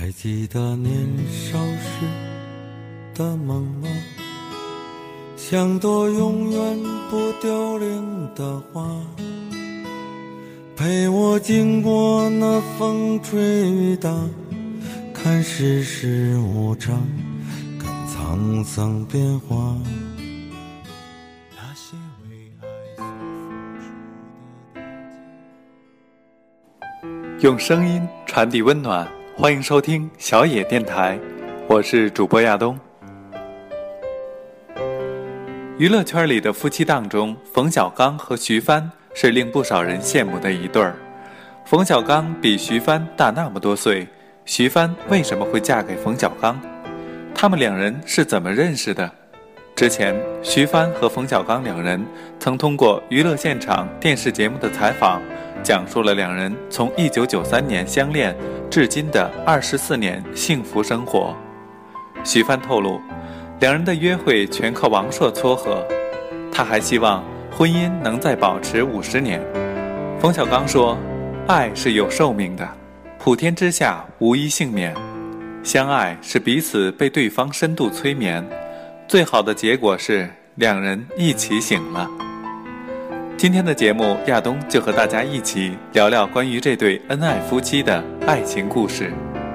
还记得年少时的梦吗？像朵永远不凋零的花，陪我经过那风吹雨打，看世事无常，看沧桑变化。那些为爱所付出的代价。 用声音传递温暖，欢迎收听小野电台，我是主播亚东。娱乐圈里的夫妻档中，冯小刚和徐帆是令不少人羡慕的一对儿。冯小刚比徐帆大那么多岁，徐帆为什么会嫁给冯小刚？他们两人是怎么认识的？之前，徐帆和冯小刚两人曾通过娱乐现场电视节目的采访，讲述了两人从1993年相恋至今的24年幸福生活。徐帆透露，两人的约会全靠王朔撮合，他还希望婚姻能再保持50年。冯小刚说，爱是有寿命的，普天之下无一幸免，相爱是彼此被对方深度催眠，最好的结果是两人一起醒了。今天的节目，亚东就和大家一起聊聊关于这对恩爱夫妻的爱情故事。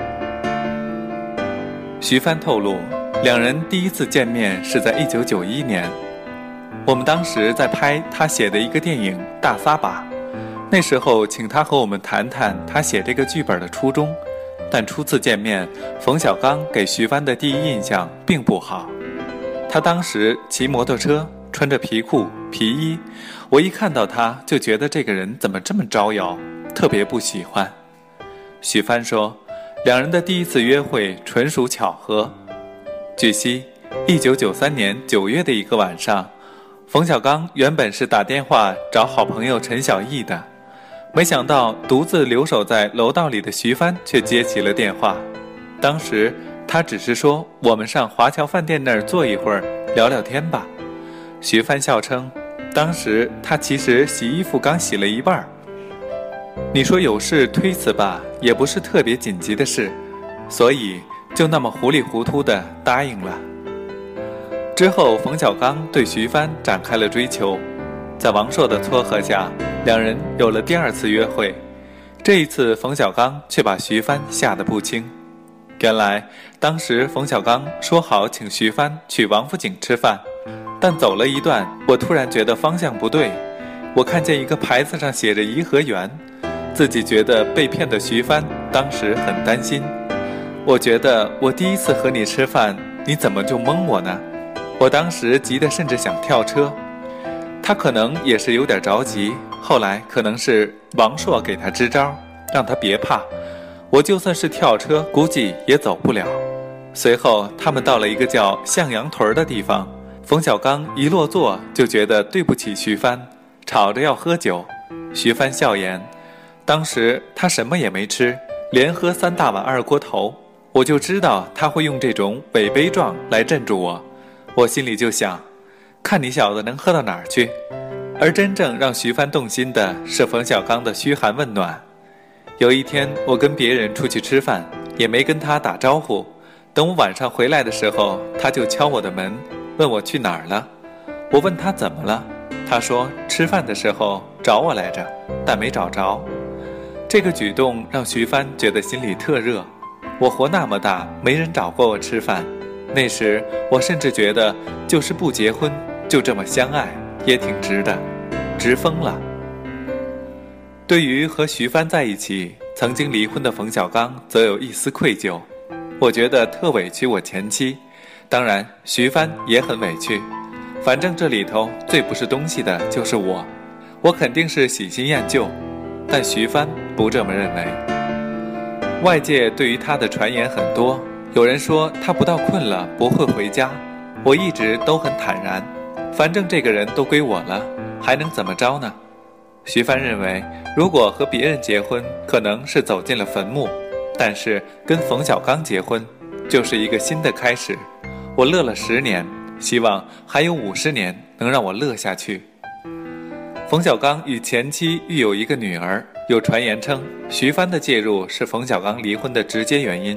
徐帆透露，两人第一次见面是在1991年，我们当时在拍他写的一个电影《大撒把》，那时候请他和我们谈谈他写这个剧本的初衷，但初次见面，冯小刚给徐帆的第一印象并不好。他当时骑摩托车，穿着皮裤皮衣，我一看到他就觉得这个人怎么这么招摇，特别不喜欢。徐帆说，两人的第一次约会纯属巧合。据悉，1993年9月的一个晚上，冯小刚原本是打电话找好朋友陈小艺的，没想到独自留守在楼道里的徐帆却接起了电话。当时他只是说，我们上华侨饭店那儿坐一会儿，聊聊天吧。徐帆笑称，当时他其实洗衣服刚洗了一半。你说有事推辞吧，也不是特别紧急的事，所以就那么糊里糊涂地答应了。之后冯小刚对徐帆展开了追求，在王朔的撮合下，两人有了第二次约会。这一次冯小刚却把徐帆吓得不轻。原来当时冯小刚说好请徐帆去王府井吃饭，但走了一段，我突然觉得方向不对，我看见一个牌子上写着颐和园，自己觉得被骗的徐帆当时很担心。我觉得我第一次和你吃饭，你怎么就蒙我呢？我当时急得甚至想跳车。他可能也是有点着急，后来可能是王朔给他支招，让他别怕，我就算是跳车估计也走不了。随后他们到了一个叫向阳屯的地方，冯小刚一落座就觉得对不起徐帆，吵着要喝酒。徐帆笑言，当时他什么也没吃，连喝3大碗二锅头，我就知道他会用这种伪悲壮来镇住我。我心里就想，看你小子能喝到哪儿去。而真正让徐帆动心的是冯小刚的嘘寒问暖。有一天我跟别人出去吃饭，也没跟他打招呼，等我晚上回来的时候，他就敲我的门，问我去哪儿了。我问他怎么了，他说吃饭的时候找我来着，但没找着。这个举动让徐帆觉得心里特热。我活那么大，没人找过我吃饭，那时我甚至觉得就是不结婚，就这么相爱也挺值的，值疯了。对于和徐帆在一起曾经离婚的冯小刚则有一丝愧疚，我觉得特委屈我前妻，当然徐帆也很委屈，反正这里头最不是东西的就是我肯定是喜新厌旧，但徐帆不这么认为。外界对于他的传言很多，有人说他不到困了不会回家，我一直都很坦然，反正这个人都归我了，还能怎么着呢？徐帆认为，如果和别人结婚，可能是走进了坟墓，但是跟冯小刚结婚，就是一个新的开始。我乐了10年，希望还有50年能让我乐下去。冯小刚与前妻育有一个女儿，有传言称徐帆的介入是冯小刚离婚的直接原因。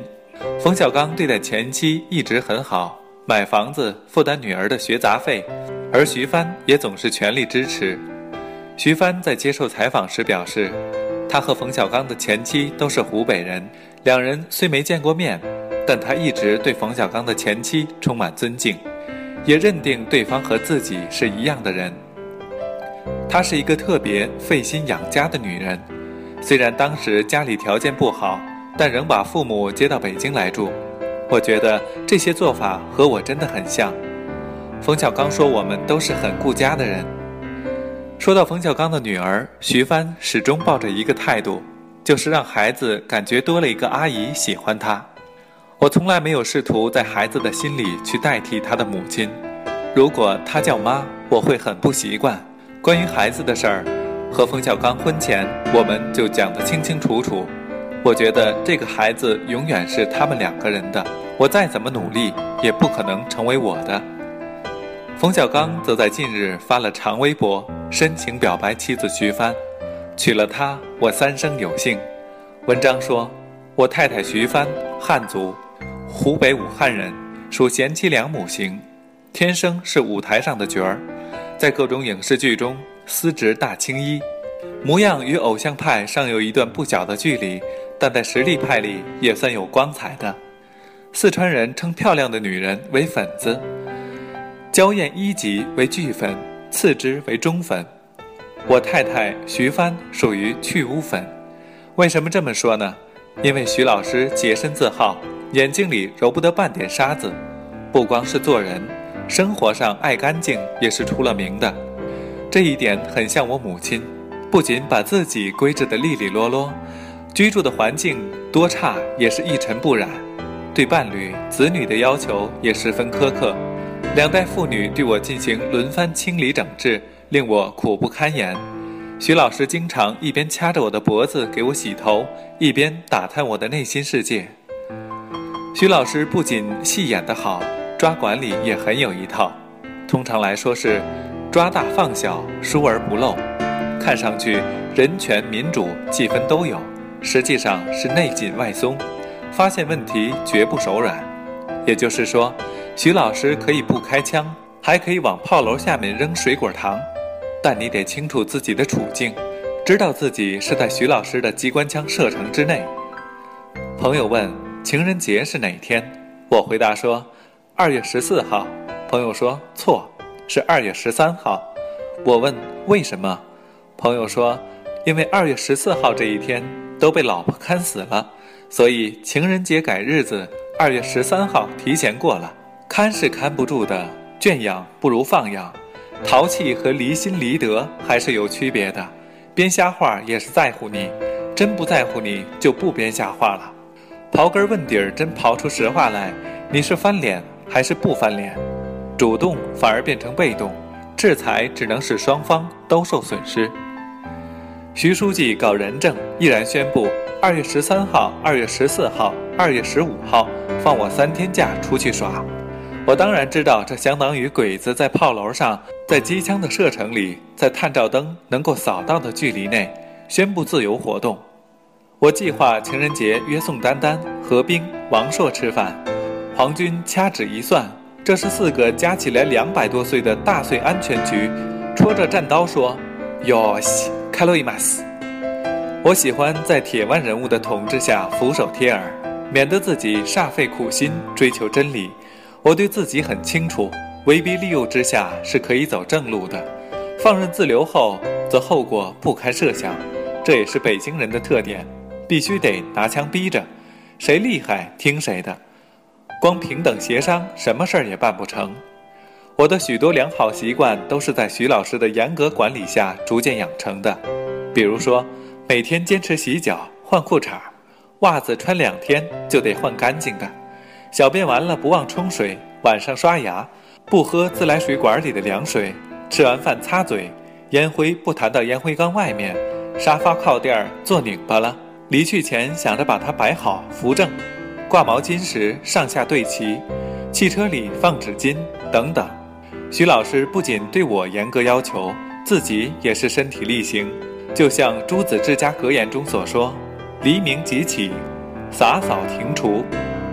冯小刚对待前妻一直很好，买房子，负担女儿的学杂费，而徐帆也总是全力支持。徐帆在接受采访时表示，他和冯小刚的前妻都是湖北人，两人虽没见过面，但他一直对冯小刚的前妻充满尊敬，也认定对方和自己是一样的人。她是一个特别费心养家的女人，虽然当时家里条件不好，但仍把父母接到北京来住。我觉得这些做法和我真的很像。冯小刚说我们都是很顾家的人。说到冯小刚的女儿，徐帆始终抱着一个态度，就是让孩子感觉多了一个阿姨喜欢他。我从来没有试图在孩子的心里去代替他的母亲，如果他叫妈，我会很不习惯。关于孩子的事儿，和冯小刚婚前我们就讲得清清楚楚。我觉得这个孩子永远是他们两个人的，我再怎么努力也不可能成为我的。冯小刚则在近日发了长微博，深情表白妻子徐帆，娶了她，我三生有幸。文章说，我太太徐帆，汉族，湖北武汉人，属贤妻良母型，天生是舞台上的角儿，在各种影视剧中司职大青衣，模样与偶像派尚有一段不小的距离，但在实力派里也算有光彩的。四川人称漂亮的女人为粉子，娇艳一级为巨粉，次之为中粉。我太太徐帆属于去污粉。为什么这么说呢？因为徐老师洁身自好，眼睛里揉不得半点沙子，不光是做人，生活上爱干净也是出了名的。这一点很像我母亲，不仅把自己规制得利利落落，居住的环境多差也是一尘不染，对伴侣、子女的要求也十分苛刻。两代妇女对我进行轮番清理整治，令我苦不堪言。徐老师经常一边掐着我的脖子给我洗头，一边打探我的内心世界。徐老师不仅戏演得好，抓管理也很有一套。通常来说是抓大放小，疏而不漏，看上去人权民主气氛都有，实际上是内紧外松，发现问题绝不手软。也就是说，徐老师可以不开枪，还可以往炮楼下面扔水果糖，但你得清楚自己的处境，知道自己是在徐老师的机关枪射程之内。朋友问情人节是哪天，我回答说2月14号。朋友说错，是2月13号。我问为什么，朋友说因为2月14号这一天都被老婆看死了，所以情人节改日子2月13号提前过了。看是看不住的，圈养不如放养，淘气和离心离德还是有区别的。编瞎话也是在乎你，真不在乎你就不编瞎话了。刨根问底儿，真刨出实话来，你是翻脸还是不翻脸？主动反而变成被动，制裁只能使双方都受损失。徐书记搞人证，毅然宣布2月13号、2月14号、2月15号放我3天假出去耍。我当然知道，这相当于鬼子在炮楼上，在机枪的射程里，在探照灯能够扫到的距离内宣布自由活动。我计划情人节约宋丹丹、何冰、王朔吃饭。皇军掐指一算，这是4个加起来200多岁的大岁安全局，戳着战刀说哟西开洛伊马斯。我喜欢在铁腕人物的统治下俯首帖耳，免得自己煞费苦心追求真理。我对自己很清楚，威逼利诱之下是可以走正路的，放任自流后则后果不堪设想。这也是北京人的特点，必须得拿枪逼着，谁厉害听谁的，光平等协商什么事儿也办不成。我的许多良好习惯都是在徐老师的严格管理下逐渐养成的，比如说每天坚持洗脚换裤衩，袜子穿2天就得换干净的，小便完了不忘冲水，晚上刷牙，不喝自来水管里的凉水，吃完饭擦嘴，烟灰不弹到烟灰缸外面，沙发靠垫坐拧巴了，离去前想着把它摆好扶正，挂毛巾时上下对齐，汽车里放纸巾等等。徐老师不仅对我严格要求，自己也是身体力行，就像朱子治家格言中所说，黎明即起，洒扫庭除，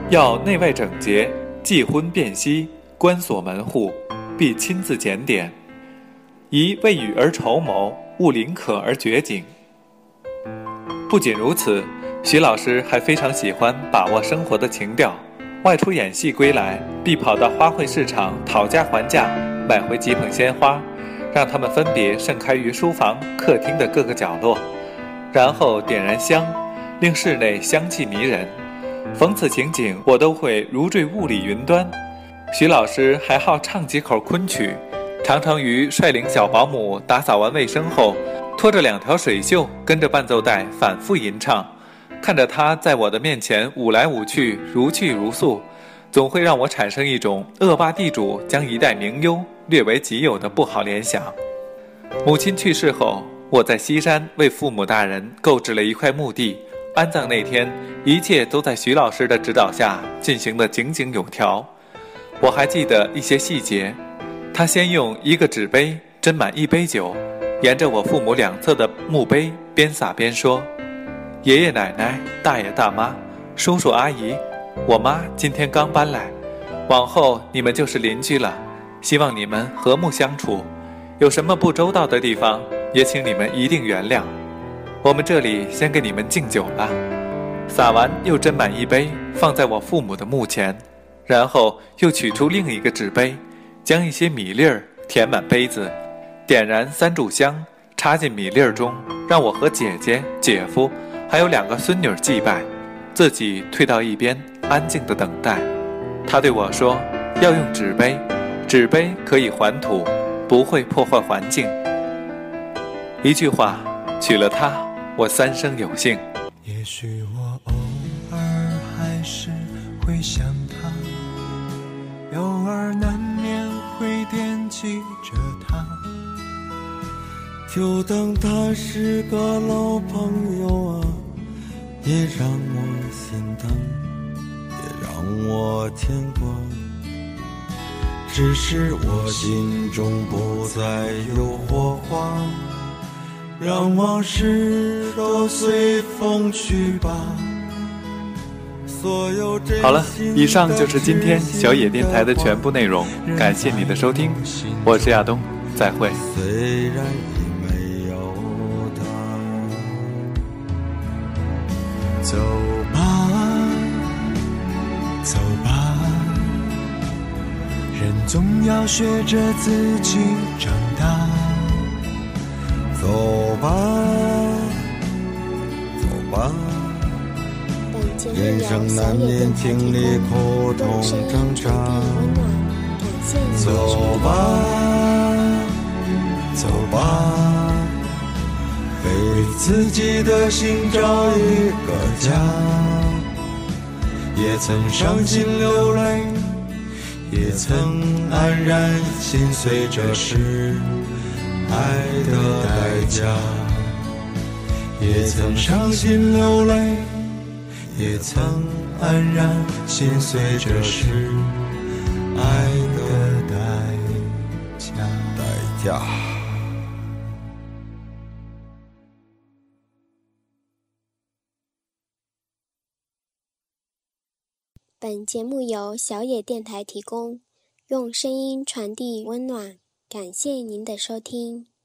要内外整洁，忌荤辨析，关锁门户，必亲自检点，宜未雨而绸缪，勿临渴而绝井。不仅如此，徐老师还非常喜欢把握生活的情调，外出演戏归来，必跑到花卉市场讨价还价，买回几捧鲜花，让它们分别盛开于书房、客厅的各个角落，然后点燃香，令室内香气迷人。逢此情景，我都会如坠雾里云端。徐老师还好唱几口昆曲，常常于率领小保姆打扫完卫生后，拖着2条水袖，跟着伴奏带反复吟唱。看着他在我的面前舞来舞去，如泣如诉，总会让我产生一种恶霸地主将一代名优略为己有的不好联想。母亲去世后，我在西山为父母大人购置了一块墓地，安葬那天，一切都在徐老师的指导下进行得井井有条。我还记得一些细节，他先用一个纸杯斟满1杯酒，沿着我父母两侧的墓碑边洒边说：爷爷奶奶、大爷大妈、叔叔阿姨，我妈今天刚搬来，往后你们就是邻居了，希望你们和睦相处，有什么不周到的地方，也请你们一定原谅。我们这里先给你们敬酒了。洒完又斟满1杯，放在我父母的墓前，然后又取出另一个纸杯，将一些米粒儿填满杯子，点燃3炷香，插进米粒儿中，让我和姐姐、姐夫还有2个孙女祭拜，自己退到一边安静地等待。他对我说，要用纸杯，纸杯可以还土，不会破坏环境。一句话，娶了她，我3生有幸。 也许我偶尔还是会想他，偶尔难免会惦记着他，就当他是个老朋友啊，也让我心疼，也让我牵挂。只是我心中不再有火花，让往事都随风去吧。 好了，以上就是今天小野电台的全部内容，感谢你的收听，我是亚东，再会。 虽然已没有他，走吧，走吧，人总要学着自己长大。走吧，走吧，人生难免经历苦痛挣扎。走吧，走吧，为自己的心找一个家。也曾伤心流泪，也曾黯然心碎，这是爱的代价。也曾伤心流泪，也曾黯然心碎，这是爱的代价。 本节目由小野电台提供，用声音传递温暖，感谢您的收听。